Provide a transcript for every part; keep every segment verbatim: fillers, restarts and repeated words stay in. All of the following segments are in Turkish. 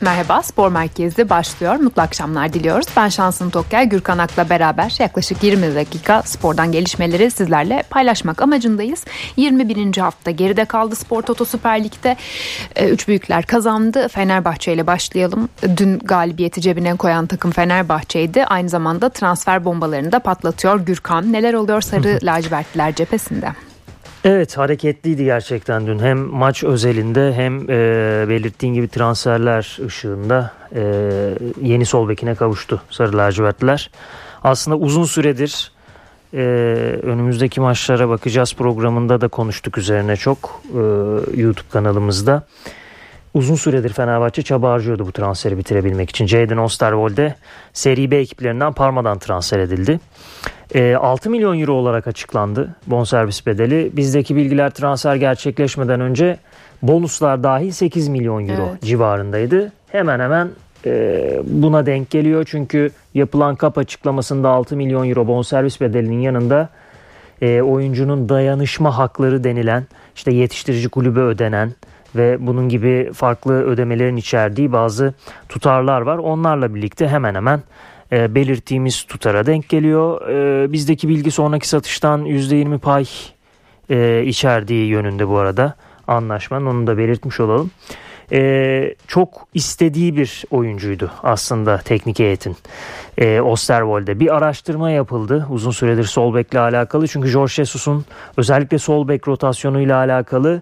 Merhaba, Spor Merkezi başlıyor. Mutlu akşamlar diliyoruz. Ben Şansın Toker, Gürkan Ak'la beraber yaklaşık yirmi dakika spordan gelişmeleri sizlerle paylaşmak amacındayız. yirmi birinci hafta geride kaldı Spor Toto Süper Lig'de. Üç büyükler kazandı. Fenerbahçe ile başlayalım. Dün galibiyeti cebine koyan takım Fenerbahçe'ydi. Aynı zamanda transfer bombalarını da patlatıyor Gürkan. Neler oluyor Sarı lacivertliler cephesinde? Evet, hareketliydi gerçekten dün. Hem maç özelinde hem e, belirttiğin gibi transferler ışığında e, yeni sol bekine kavuştu Sarı lacivertliler. Aslında uzun süredir e, önümüzdeki maçlara bakacağız programında da konuştuk üzerine çok e, YouTube kanalımızda. Uzun süredir Fenerbahçe çaba harcıyordu bu transferi bitirebilmek için. Jadon Osterwolde Serie B ekiplerinden Parma'dan transfer edildi. E, altı milyon euro olarak açıklandı bonservis bedeli. Bizdeki bilgiler transfer gerçekleşmeden önce bonuslar dahil sekiz milyon euro evet. civarındaydı. Hemen hemen e, buna denk geliyor. Çünkü yapılan kap açıklamasında altı milyon euro bonservis bedelinin yanında e, oyuncunun dayanışma hakları denilen, işte yetiştirici kulübe ödenen ve bunun gibi farklı ödemelerin içerdiği bazı tutarlar var. Onlarla birlikte hemen hemen e, belirttiğimiz tutara denk geliyor. E, bizdeki bilgi sonraki satıştan yüzde yirmi pay e, içerdiği yönünde bu arada anlaşmanın, onu da belirtmiş olalım. E, çok istediği bir oyuncuydu aslında teknik heyetin. E, Osterwolde. Bir araştırma yapıldı uzun süredir sol bekle alakalı. Çünkü Jorge Jesus'un özellikle sol bek rotasyonuyla alakalı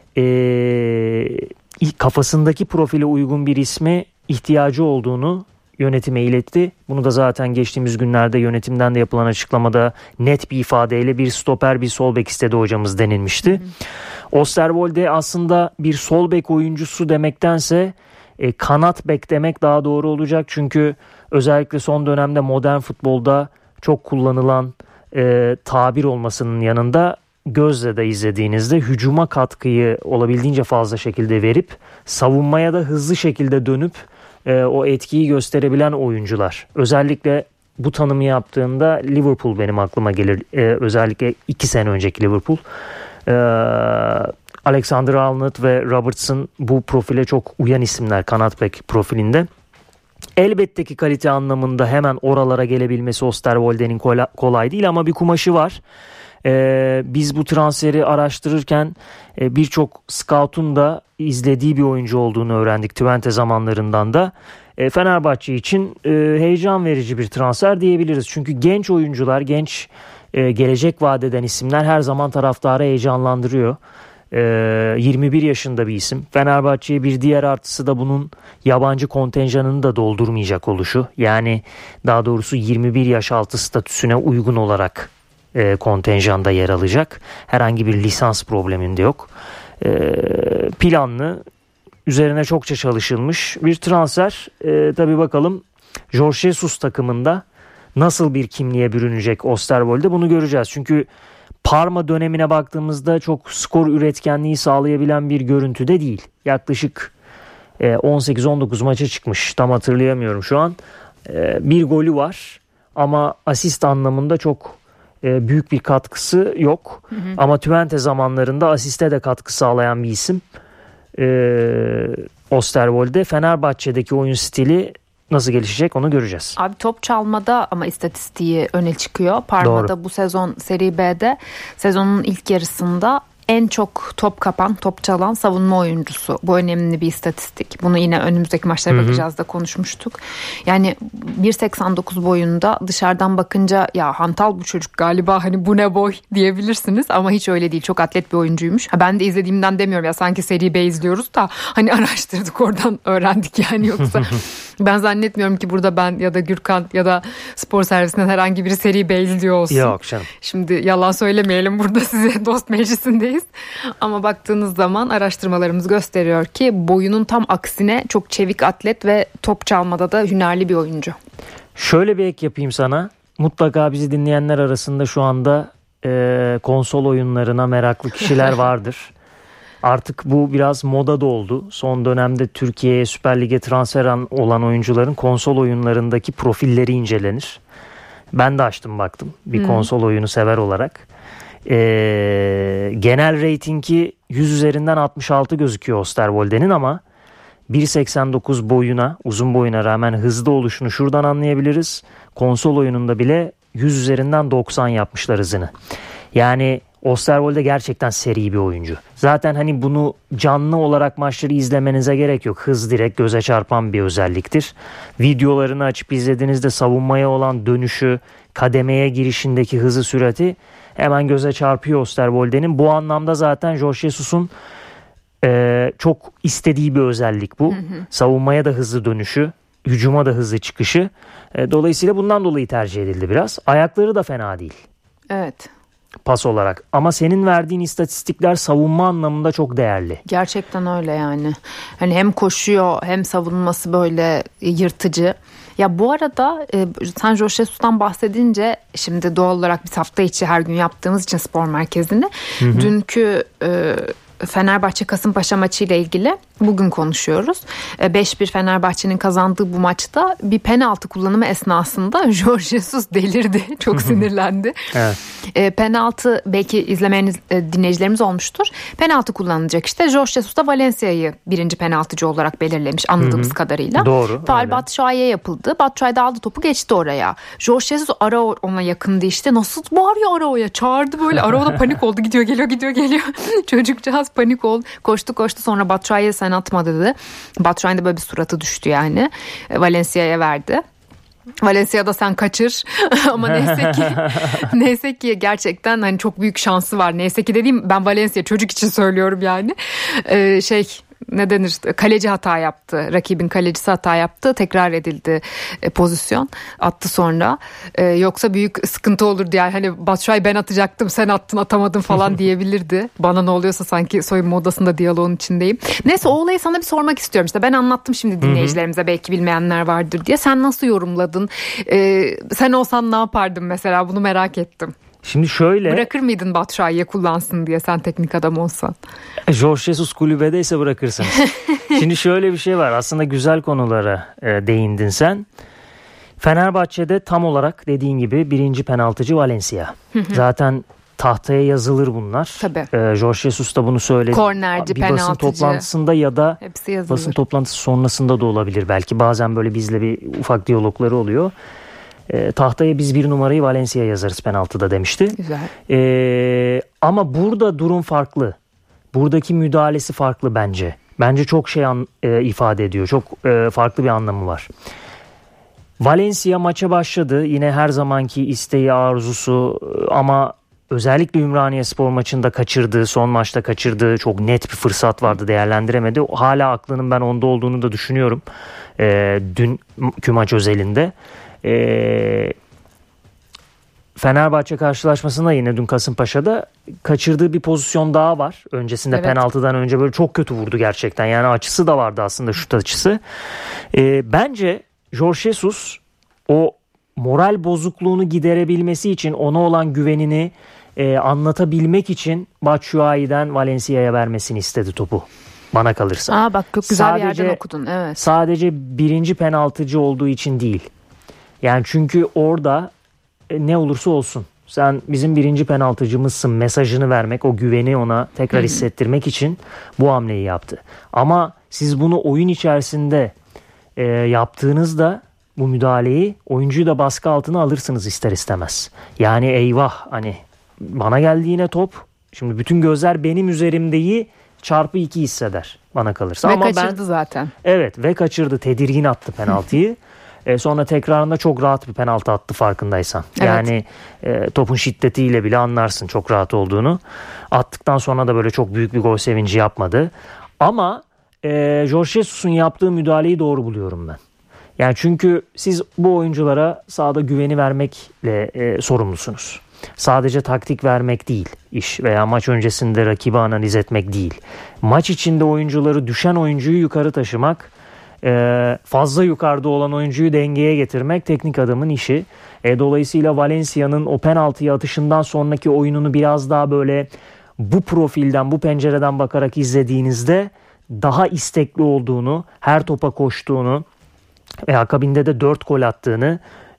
e, kafasındaki profile uygun bir isme ihtiyacı olduğunu yönetime iletti. Bunu da zaten geçtiğimiz günlerde yönetimden de yapılan açıklamada net bir ifadeyle bir stoper bir sol bek istedi hocamız denilmişti. Hı hı. Osterwolde aslında bir sol bek oyuncusu demektense e, kanat bek demek daha doğru olacak. Çünkü özellikle son dönemde modern futbolda çok kullanılan e, tabir olmasının yanında gözle de izlediğinizde hücuma katkıyı olabildiğince fazla şekilde verip savunmaya da hızlı şekilde dönüp e, o etkiyi gösterebilen oyuncular. Özellikle bu tanımı yaptığında Liverpool benim aklıma gelir. E, özellikle iki sene önceki Liverpool. E, Alexander-Arnold ve Robertson bu profile çok uyan isimler kanat bek profilinde. Elbette ki kalite anlamında hemen oralara gelebilmesi Osterwolde'nin kolay, kolay değil ama bir kumaşı var. Ee, biz bu transferi araştırırken e, birçok scout'un da izlediği bir oyuncu olduğunu öğrendik Twente zamanlarından da. E, Fenerbahçe için e, heyecan verici bir transfer diyebiliriz. Çünkü genç oyuncular, genç e, gelecek vaat eden isimler her zaman taraftarı heyecanlandırıyor. E, yirmi bir yaşında bir isim. Fenerbahçe'ye bir diğer artısı da bunun yabancı kontenjanını da doldurmayacak oluşu. Yani daha doğrusu yirmi bir yaş altı statüsüne uygun olarak E, kontenjanda yer alacak. Herhangi bir lisans probleminde yok. E, planlı, üzerine çokça çalışılmış bir transfer. E, tabii bakalım Jorge Jesus takımında nasıl bir kimliğe bürünecek Osterwolde, bunu göreceğiz. Çünkü Parma dönemine baktığımızda çok skor üretkenliği sağlayabilen bir görüntüde değil. Yaklaşık e, on sekiz on dokuz maça çıkmış. Tam hatırlayamıyorum şu an. E, bir golü var ama asist anlamında çok büyük bir katkısı yok. Hı hı. Ama Twente zamanlarında asiste de katkı sağlayan bir isim. Ee, Osterwolde. Fenerbahçe'deki oyun stili nasıl gelişecek onu göreceğiz. Abi top çalmada ama istatistiği öne çıkıyor. Parma'da Doğru. Bu sezon Serie B'de sezonun ilk yarısında en çok top kapan, top çalan savunma oyuncusu. Bu önemli bir istatistik. Bunu yine önümüzdeki maçlara bakacağız da konuşmuştuk. Yani bir seksen dokuz boyunda dışarıdan bakınca ya hantal bu çocuk galiba, hani bu ne boy diyebilirsiniz ama hiç öyle değil. Çok atlet bir oyuncuymuş. Ha, ben de izlediğimden demiyorum ya, sanki Serie B izliyoruz da hani araştırdık oradan öğrendik yani, yoksa ben zannetmiyorum ki burada ben ya da Gürkan ya da spor servisinden herhangi biri Serie B izliyor olsun. Yok canım. Şimdi yalan söylemeyelim burada size, dost meclisindeyiz. Ama baktığınız zaman araştırmalarımız gösteriyor ki boyunun tam aksine çok çevik atlet ve top çalmada da hünerli bir oyuncu. Şöyle bir ek yapayım sana. Mutlaka bizi dinleyenler arasında şu anda e, konsol oyunlarına meraklı kişiler vardır. Artık bu biraz moda da oldu. Son dönemde Türkiye'ye Süper Lig'e transfer olan oyuncuların konsol oyunlarındaki profilleri incelenir. Ben de açtım baktım bir hmm. konsol oyunu sever olarak. Ee, genel reytingi yüz üzerinden altmış altı gözüküyor Osterwolde'nin ama bir seksen dokuz boyuna, uzun boyuna rağmen hızlı oluşunu şuradan anlayabiliriz. Konsol oyununda bile yüz üzerinden doksan yapmışlar hızını. Yani Osterwolde gerçekten seri bir oyuncu. Zaten hani bunu canlı olarak maçları izlemenize gerek yok. Hız direkt göze çarpan bir özelliktir. Videolarını açıp izlediğinizde savunmaya olan dönüşü, kademeye girişindeki hızı, sürati hemen göze çarpıyor Osterwolde'nin. Bu anlamda zaten Jorge Jesus'un e, çok istediği bir özellik bu. Hı hı. Savunmaya da hızlı dönüşü, hücuma da hızlı çıkışı. E, dolayısıyla bundan dolayı tercih edildi biraz. Ayakları da fena değil. Evet. Pas olarak. Ama senin verdiğin istatistikler savunma anlamında çok değerli. Gerçekten öyle yani. Hani hem koşuyor hem savunması böyle yırtıcı. Ya bu arada e, sen Jorge Jesus'tan bahsedince şimdi doğal olarak biz hafta içi her gün yaptığımız için spor merkezini hı hı. dünkü e, Fenerbahçe Kasımpaşa maçı ile ilgili bugün konuşuyoruz. beş bir Fenerbahçe'nin kazandığı bu maçta bir penaltı kullanımı esnasında Jorge Jesus delirdi. Çok sinirlendi. Evet. E, penaltı belki izlemeyen e, dinleyicilerimiz olmuştur. Penaltı kullanılacak işte. Jorge Jesus da Valencia'yı birinci penaltıcı olarak belirlemiş anladığımız Hı-hı. kadarıyla. Doğru. Faul Batshuayi'ye yapıldı. Batshuayi de aldı topu, geçti oraya. Jorge Jesus Arao ona yakındı işte. Nasıl bağırıyor Arao'ya? Çağırdı böyle. Arao da panik oldu. Gidiyor geliyor gidiyor geliyor. Çocukcağız panik oldu. Koştu koştu sonra Batshuayi'ye sen atma dedi. Batshuayi'nin de böyle bir suratı düştü yani. Valencia'ya verdi. Valencia'da sen kaçır ama neyse ki neyse ki gerçekten hani çok büyük şansı var. Neyse ki dediğim, ben Valencia çocuk için söylüyorum yani. Ee, şey ne denir, kaleci hata yaptı, rakibin kalecisi hata yaptı, tekrar edildi e, pozisyon, attı sonra e, yoksa büyük sıkıntı olurdu yani. Hani Batshuayi ben atacaktım sen attın atamadın falan diyebilirdi. Bana ne oluyorsa sanki soyunma odasında diyaloğun içindeyim. Neyse, o olayı sana bir sormak istiyorum. İşte ben anlattım şimdi dinleyicilerimize, belki bilmeyenler vardır diye. Sen nasıl yorumladın? E, sen olsan ne yapardın mesela, bunu merak ettim. Şimdi şöyle. Bırakır mıydın Batshuayi'ye kullansın diye, sen teknik adam olsan? Jorge Jesus kulübedeyse bırakırsın. Şimdi şöyle bir şey var. Aslında güzel konulara e, değindin sen. Fenerbahçe'de tam olarak dediğin gibi birinci penaltıcı Valencia. Zaten tahtaya yazılır bunlar. Tabii. E, Jorge Jesus da bunu söyledi. Kornerci, bir penaltıcı. basın toplantısında ya da basın toplantısı sonrasında da olabilir belki. Bazen böyle bizle bir ufak diyalogları oluyor. E, tahtaya biz bir numarayı Valencia'ya yazarız penaltıda demişti. Güzel. E, ama burada durum farklı. Buradaki müdahalesi farklı bence. Bence çok şey an, e, ifade ediyor. Çok e, farklı bir anlamı var. Valencia maça başladı. Yine her zamanki isteği, arzusu ama özellikle Ümraniyespor maçında kaçırdığı, son maçta kaçırdığı çok net bir fırsat vardı, değerlendiremedi. Hala aklının ben onda olduğunu da düşünüyorum. E, dünkü maç özelinde. Ee, Fenerbahçe karşılaşmasında yine dün Kasımpaşa'da kaçırdığı bir pozisyon daha var. Öncesinde evet. Penaltıdan önce böyle çok kötü vurdu gerçekten. Yani açısı da vardı aslında, şut açısı. Ee, bence Jorge Jesus o moral bozukluğunu giderebilmesi için, ona olan güvenini e, anlatabilmek için Batshuayi'den Valencia'ya vermesini istedi topu. Bana kalırsa. Aa, bak çok güzel sadece, bir yerden okudun. Evet. Sadece birinci penaltıcı olduğu için değil. Yani çünkü orada e, ne olursa olsun sen bizim birinci penaltıcımızsın mesajını vermek, o güveni ona tekrar Hı-hı. hissettirmek için bu hamleyi yaptı. Ama siz bunu oyun içerisinde e, yaptığınızda bu müdahaleyi, oyuncuyu da baskı altına alırsınız ister istemez. Yani eyvah, hani bana geldi yine top, şimdi bütün gözler benim üzerimdeyi çarpı iki hisseder bana kalırsa. Ve ama kaçırdı ben, zaten. Evet ve kaçırdı, tedirgin attı penaltıyı. E, sonra tekrarında çok rahat bir penaltı attı farkındaysan. Evet. Yani e, topun şiddetiyle bile anlarsın çok rahat olduğunu. Attıktan sonra da böyle çok büyük bir gol sevinci yapmadı. Ama e, Jorge Jesus'un yaptığı müdahaleyi doğru buluyorum ben. Yani çünkü siz bu oyunculara sahada güveni vermekle e, sorumlusunuz. Sadece taktik vermek değil iş veya maç öncesinde rakibi analiz etmek değil. Maç içinde oyuncuları, düşen oyuncuyu yukarı taşımak, fazla yukarıda olan oyuncuyu dengeye getirmek teknik adamın işi. E, dolayısıyla Valencia'nın o penaltıyı atışından sonraki oyununu biraz daha böyle bu profilden, bu pencereden bakarak izlediğinizde daha istekli olduğunu, her topa koştuğunu ve akabinde de dört gol attığını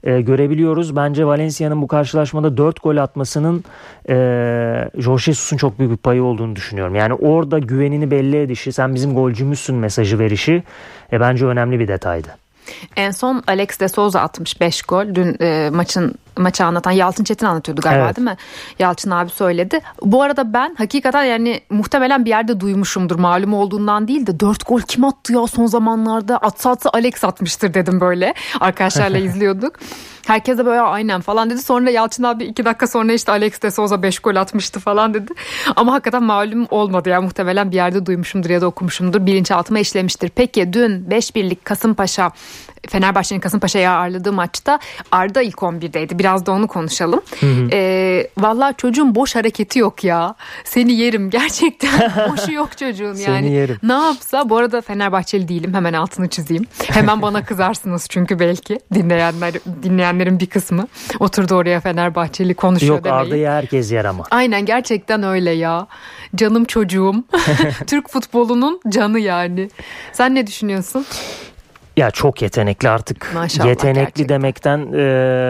e, görebiliyoruz. Bence Valencia'nın bu karşılaşmada dört gol atmasının e, Jorge Jesus'un çok büyük bir payı olduğunu düşünüyorum. Yani orada güvenini belli edişi, sen bizim golcümüzsün mesajı verişi e, bence önemli bir detaydı. En son Alex de Souza atmış beş gol. Dün e, maçın maçı anlatan Yalçın Çetin anlatıyordu galiba, evet. Değil mi? Yalçın abi söyledi. Bu arada ben hakikaten yani muhtemelen bir yerde duymuşumdur, malum olduğundan değil de dört gol kim attı ya son zamanlarda, atsa atsa Alex atmıştır dedim böyle. Arkadaşlarla izliyorduk. Herkes de böyle aynen falan dedi. Sonra Yalçın abi iki dakika sonra işte Alex de Souza beş gol atmıştı falan dedi. Ama hakikaten malum olmadı ya, muhtemelen bir yerde duymuşumdur ya da okumuşumdur. Bilinçaltıma işlemiştir. Peki dün beş birlik Kasımpaşa, Fenerbahçe'nin Kasımpaşa'yı ağırladığı maçta Arda ilk on birdeydi. Biraz da onu konuşalım. Hı hı. Ee, vallahi çocuğun boş hareketi yok ya. Seni yerim gerçekten. Boşu yok çocuğun yani. Seni yerim. Ne yapsa, bu arada Fenerbahçeli değilim, hemen altını çizeyim. Hemen bana kızarsınız çünkü belki dinleyenler dinleyenlerin bir kısmı oturdu oraya Fenerbahçeli konuşuyor yok, demeyin. Yok, Arda'yı herkes yer ama. Aynen, gerçekten öyle ya. Canım çocuğum. Türk futbolunun canı yani. Sen ne düşünüyorsun? Ya çok yetenekli artık. Maşallah, yetenekli gerçekten. Demekten e,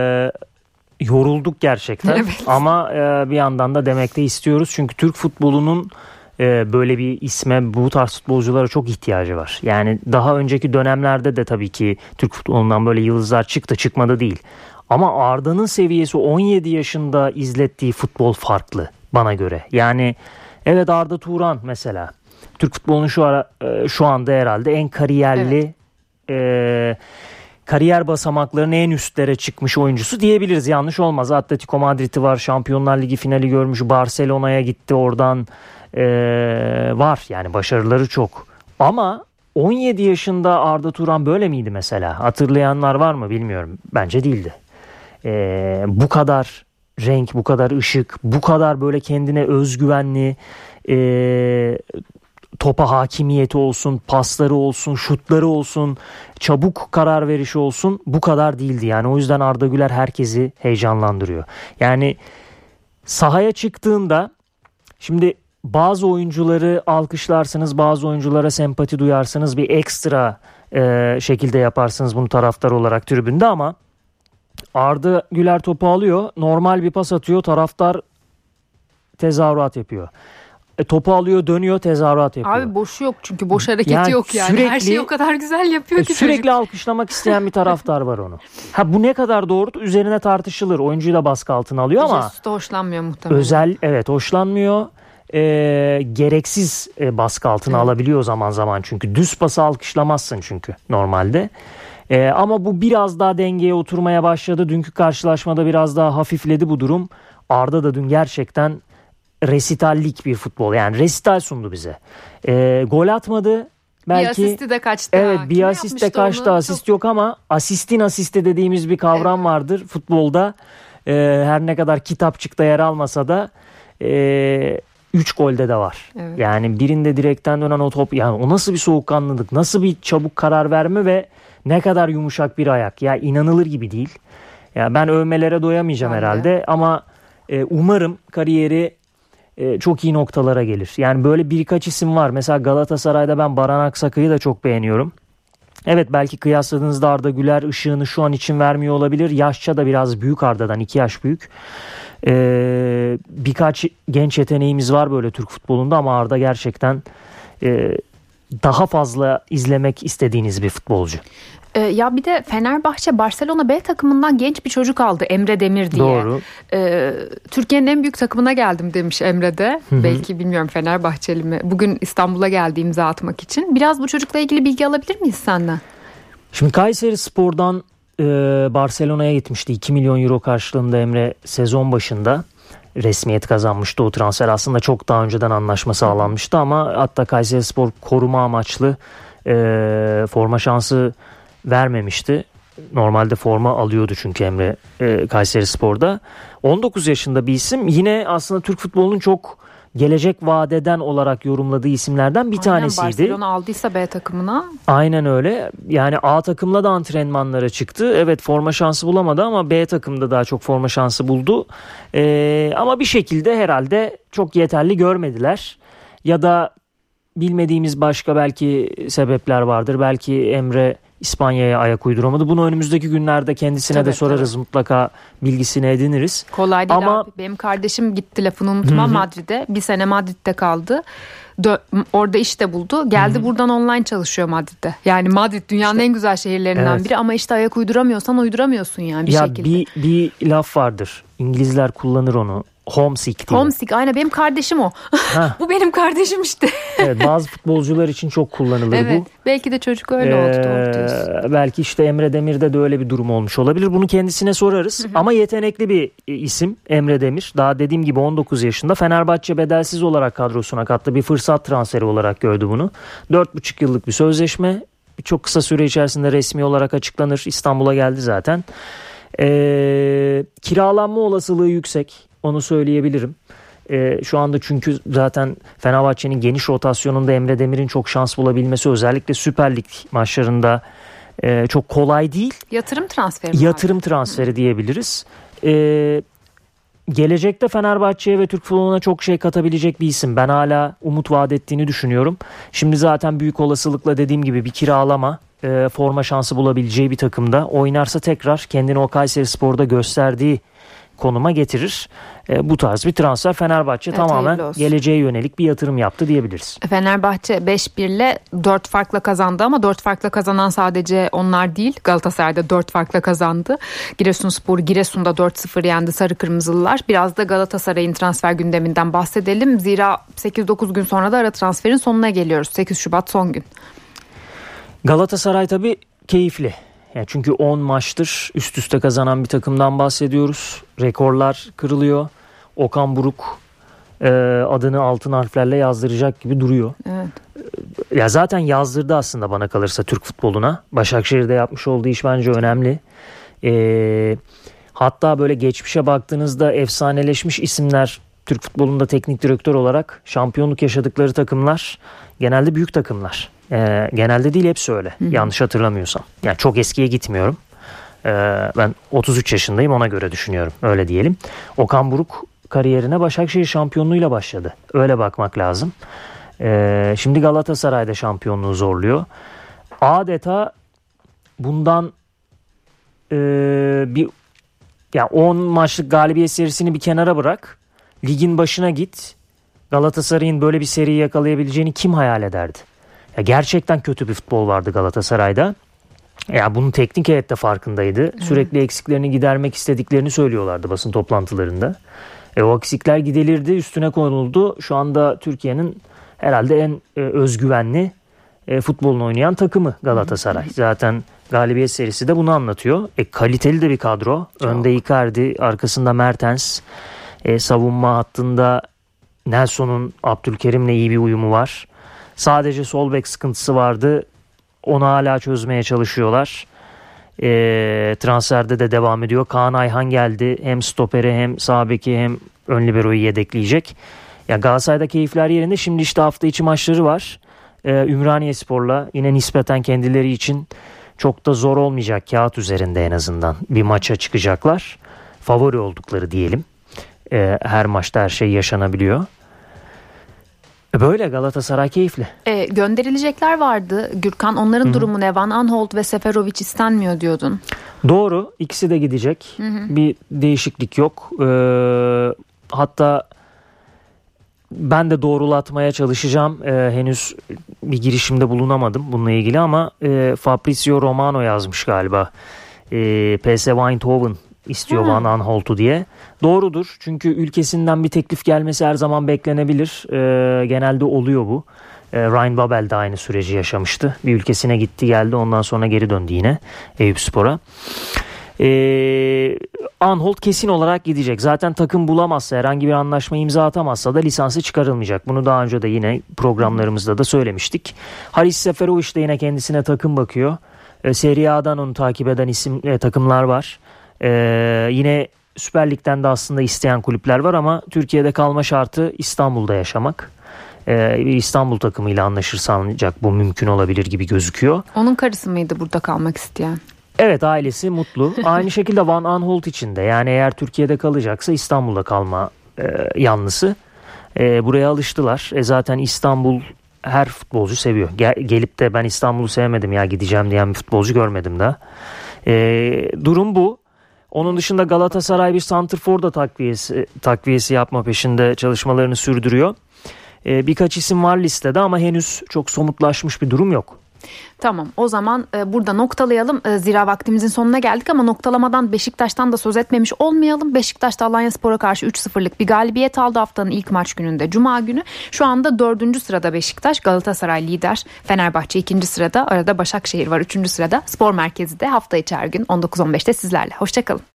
yorulduk gerçekten. Evet. Ama e, bir yandan da demek de istiyoruz. Çünkü Türk futbolunun e, böyle bir isme, bu tarz futbolculara çok ihtiyacı var. Yani daha önceki dönemlerde de tabii ki Türk futbolundan böyle yıldızlar çıktı, çıkmadı değil. Ama Arda'nın seviyesi, on yedi yaşında izlettiği futbol farklı bana göre. Yani evet, Arda Turan mesela Türk futbolunun şu ara e, şu anda herhalde en kariyerli, evet. E, kariyer basamaklarının en üstlere çıkmış oyuncusu diyebiliriz. Yanlış olmaz. Atletico Madrid'i var. Şampiyonlar Ligi finali görmüş. Barcelona'ya gitti. Oradan e, var. Yani başarıları çok. Ama on yedi yaşında Arda Turan böyle miydi mesela? Hatırlayanlar var mı bilmiyorum. Bence değildi. E, bu kadar renk, bu kadar ışık, bu kadar böyle kendine özgüvenli, e, topa hakimiyeti olsun, pasları olsun, şutları olsun, çabuk karar verişi olsun, bu kadar değildi. Yani o yüzden Arda Güler herkesi heyecanlandırıyor. Yani sahaya çıktığında şimdi bazı oyuncuları alkışlarsınız, bazı oyunculara sempati duyarsınız, bir ekstra e, şekilde yaparsınız bunu taraftar olarak tribünde, ama Arda Güler topu alıyor, normal bir pas atıyor, taraftar tezahürat yapıyor. E, topu alıyor, dönüyor, tezahürat yapıyor. Abi boşu yok çünkü, boş hareketi yani yok yani. Sürekli, her şeyi o kadar güzel yapıyor e, ki sürekli çocuk. alkışlamak isteyen bir taraftar var onu. Ha, bu ne kadar doğru üzerine tartışılır. Oyuncuyu da baskı altına alıyor ama Jesus da hoşlanmıyor muhtemelen. Özel evet hoşlanmıyor. E, gereksiz e, baskı altına evet. alabiliyor zaman zaman, çünkü düz pası alkışlamazsın çünkü normalde. E, ama bu biraz daha dengeye oturmaya başladı. Dünkü karşılaşmada biraz daha hafifledi bu durum. Arda da dün gerçekten resitallik bir futbol, yani resital sundu bize. E, gol atmadı. Belki, bir asisti de kaçtı. Evet, ha. bir Kim asist de kaçtı. Onu? Asist Çok... yok ama asistin asisti dediğimiz bir kavram evet. vardır futbolda. E, her ne kadar kitapçıkta yer almasa da e, üç golde de var. Evet. Yani birinde direkten dönen o top, yani o nasıl bir soğukkanlılık, nasıl bir çabuk karar verme ve ne kadar yumuşak bir ayak. Ya inanılır gibi değil. Ya ben övmelere doyamayacağım ben herhalde de. Ama e, umarım kariyeri e, çok iyi noktalara gelir. Yani böyle birkaç isim var. Mesela Galatasaray'da ben Baran Aksakı'yı da çok beğeniyorum. Evet, belki kıyasladığınızda Arda Güler ışığını şu an için vermiyor olabilir. Yaşça da biraz büyük, Arda'dan iki yaş büyük. Ee, birkaç genç yeteneğimiz var böyle Türk futbolunda, ama Arda gerçekten e, daha fazla izlemek istediğiniz bir futbolcu. Ee, ya bir de Fenerbahçe Barcelona B takımından genç bir çocuk aldı, Emre Demir diye. Doğru. Ee, Türkiye'nin en büyük takımına geldim demiş Emre de. Hı hı. Belki bilmiyorum Fenerbahçeli mi. Bugün İstanbul'a geldi imza atmak için. Biraz bu çocukla ilgili bilgi alabilir miyiz senden? Şimdi Kayserispor'dan e, Barcelona'ya gitmişti. iki milyon euro karşılığında Emre sezon başında resmiyet kazanmıştı. O transfer aslında çok daha önceden anlaşma sağlanmıştı, ama hatta Kayserispor koruma amaçlı e, forma şansı vermemişti. Normalde forma alıyordu çünkü Emre e, Kayserispor'da. on dokuz yaşında bir isim. Yine aslında Türk futbolunun çok gelecek vadeden olarak yorumladığı isimlerden bir Aynen, tanesiydi. Barcelona aldıysa B takımına. Aynen öyle. Yani A takımla da antrenmanlara çıktı. Evet, forma şansı bulamadı ama B takımda daha çok forma şansı buldu. Ee, ama bir şekilde herhalde çok yeterli görmediler. Ya da bilmediğimiz başka belki sebepler vardır. Belki Emre İspanya'ya ayak uyduramadı. Bunu önümüzdeki günlerde kendisine tabii, de sorarız. Tabii. Mutlaka bilgisini ediniriz. Kolay değil ama... abi. Benim kardeşim gitti, lafını unutma, Madrid'e. Bir sene Madrid'de kaldı. Dö- orada iş de buldu. Geldi, Hı-hı. buradan online çalışıyor Madrid'de. Yani Madrid dünyanın işte, en güzel şehirlerinden evet. biri ama işte ayak uyduramıyorsan uyduramıyorsun yani bir ya şekilde. Bir, bir laf vardır. İngilizler kullanır onu. Homesick diye. Homesick, aynen, benim kardeşim o. Bu benim kardeşim işte. Evet, bazı futbolcular için çok kullanılır evet, bu. Belki de çocuk öyle ee, oldu, doğru diyorsun. Belki işte Emre Demir'de de öyle bir durum olmuş olabilir. Bunu kendisine sorarız. Hı hı. Ama yetenekli bir isim Emre Demir. Daha dediğim gibi on dokuz yaşında. Fenerbahçe bedelsiz olarak kadrosuna kattı. Bir fırsat transferi olarak gördü bunu. dört buçuk yıllık bir sözleşme. Çok kısa süre içerisinde resmi olarak açıklanır. İstanbul'a geldi zaten. Ee, kiralanma olasılığı yüksek. Onu söyleyebilirim. Ee, şu anda çünkü zaten Fenerbahçe'nin geniş rotasyonunda Emre Demir'in çok şans bulabilmesi, özellikle Süper Lig maçlarında e, çok kolay değil. Yatırım transferi. Yatırım transferi Hı. diyebiliriz. Ee, gelecekte Fenerbahçe'ye ve Türk futboluna çok şey katabilecek bir isim. Ben hala umut vaat ettiğini düşünüyorum. Şimdi zaten büyük olasılıkla dediğim gibi bir kiralama, e, forma şansı bulabileceği bir takımda oynarsa tekrar kendini o Kayserispor'da gösterdiği konuma getirir. E, bu tarz bir transfer Fenerbahçe evet, tamamen geleceğe yönelik bir yatırım yaptı diyebiliriz. Fenerbahçe beş birle dört farkla kazandı ama dört farkla kazanan sadece onlar değil. Galatasaray'da dört farkla kazandı. Giresunspor Giresun'da dört sıfır yendi Sarı Kırmızılılar. Biraz da Galatasaray'ın transfer gündeminden bahsedelim. Zira sekiz dokuz gün sonra da ara transferin sonuna geliyoruz. sekiz Şubat son gün. Galatasaray tabii keyifli. Yani çünkü on maçtır üst üste kazanan bir takımdan bahsediyoruz. Rekorlar kırılıyor. Okan Buruk e, adını altın harflerle yazdıracak gibi duruyor. Evet. Ya zaten yazdırdı aslında bana kalırsa Türk futboluna. Başakşehir'de yapmış olduğu iş bence önemli. E, hatta böyle geçmişe baktığınızda efsaneleşmiş isimler Türk futbolunda teknik direktör olarak şampiyonluk yaşadıkları takımlar genelde büyük takımlar. Ee, genelde değil, hepsi öyle. Hı-hı. Yanlış hatırlamıyorsam. Yani çok eskiye gitmiyorum. Ee, ben otuz üç yaşındayım, ona göre düşünüyorum. Öyle diyelim. Okan Buruk kariyerine Başakşehir şampiyonluğuyla başladı. Öyle bakmak lazım. Ee, şimdi Galatasaray'da şampiyonluğu zorluyor. Adeta bundan e, bir yani on maçlık galibiyet serisini bir kenara bırak. Ligin başına git. Galatasaray'ın böyle bir seriyi yakalayabileceğini kim hayal ederdi? Ya gerçekten kötü bir futbol vardı Galatasaray'da. Ya bunun teknik heyet de farkındaydı. Evet. Sürekli eksiklerini gidermek istediklerini söylüyorlardı basın toplantılarında. E, o eksikler giderildi, üstüne konuldu. Şu anda Türkiye'nin herhalde en e, özgüvenli e, futbolunu oynayan takımı Galatasaray. Evet. Zaten galibiyet serisi de bunu anlatıyor. E, kaliteli de bir kadro. Çok. Önde Icardi, arkasında Mertens. E, savunma hattında Nelson'un Abdülkerim'le iyi bir uyumu var. Sadece sol bek sıkıntısı vardı. Onu hala çözmeye çalışıyorlar. E, transferde de devam ediyor. Kaan Ayhan geldi. Hem stoperi hem sağ beki hem ön liberoyu yedekleyecek. Ya Galatasaray'da keyifler yerinde. Şimdi işte hafta içi maçları var. E, Ümraniyespor'la yine nispeten kendileri için çok da zor olmayacak, kağıt üzerinde en azından bir maça çıkacaklar. Favori oldukları diyelim. E, her maçta her şey yaşanabiliyor. Böyle Galatasaray keyifli. E, gönderilecekler vardı Gürkan. Onların Hı-hı. durumu ne? Van Aanholt ve Seferovic istenmiyor diyordun. Doğru. İkisi de gidecek. Hı-hı. Bir değişiklik yok. Ee, hatta ben de doğrulatmaya çalışacağım. Ee, henüz bir girişimde bulunamadım bununla ilgili ama e, Fabrizio Romano yazmış galiba. E, P S V Eindhoven istiyor hmm. Van Aanholt'u diye. Doğrudur. Çünkü ülkesinden bir teklif gelmesi her zaman beklenebilir. Ee, genelde oluyor bu. Ee, Ryan Babel de aynı süreci yaşamıştı. Bir ülkesine gitti geldi, ondan sonra geri döndü yine Eyüpspor'a. Ee, Aanholt kesin olarak gidecek. Zaten takım bulamazsa, herhangi bir anlaşma imza atamazsa da lisansı çıkarılmayacak. Bunu daha önce de yine programlarımızda da söylemiştik. Haris Seferovic de yine kendisine takım bakıyor. Ee, Serie A'dan onu takip eden isim e, takımlar var. Ee, yine Süper Lig'den de aslında isteyen kulüpler var ama Türkiye'de kalma şartı İstanbul'da yaşamak. Ee, bir İstanbul takımıyla anlaşırsa ancak bu mümkün olabilir gibi gözüküyor. Onun karısı mıydı burada kalmak isteyen? Evet, ailesi mutlu. Aynı şekilde Van Aanholt için de, yani eğer Türkiye'de kalacaksa İstanbul'da kalma e, yanlısı. E, buraya alıştılar. E, zaten İstanbul her futbolcu seviyor. Gel, gelip de ben İstanbul'u sevmedim ya gideceğim diyen bir futbolcu görmedim de. Ee, durum bu. Onun dışında Galatasaray bir santrfor da takviyesi, takviyesi yapma peşinde çalışmalarını sürdürüyor. Ee, birkaç isim var listede ama henüz çok somutlaşmış bir durum yok. Tamam, o zaman e, burada noktalayalım. E, zira vaktimizin sonuna geldik ama noktalamadan Beşiktaş'tan da söz etmemiş olmayalım. Beşiktaş da Alanyaspor'a karşı üç sıfırlık bir galibiyet aldı haftanın ilk maç gününde Cuma günü. Şu anda dördüncü sırada Beşiktaş, Galatasaray lider, Fenerbahçe ikinci sırada, arada Başakşehir var üçüncü sırada. Spor Merkezi de hafta içi her gün on dokuz on beşte sizlerle. Hoşçakalın.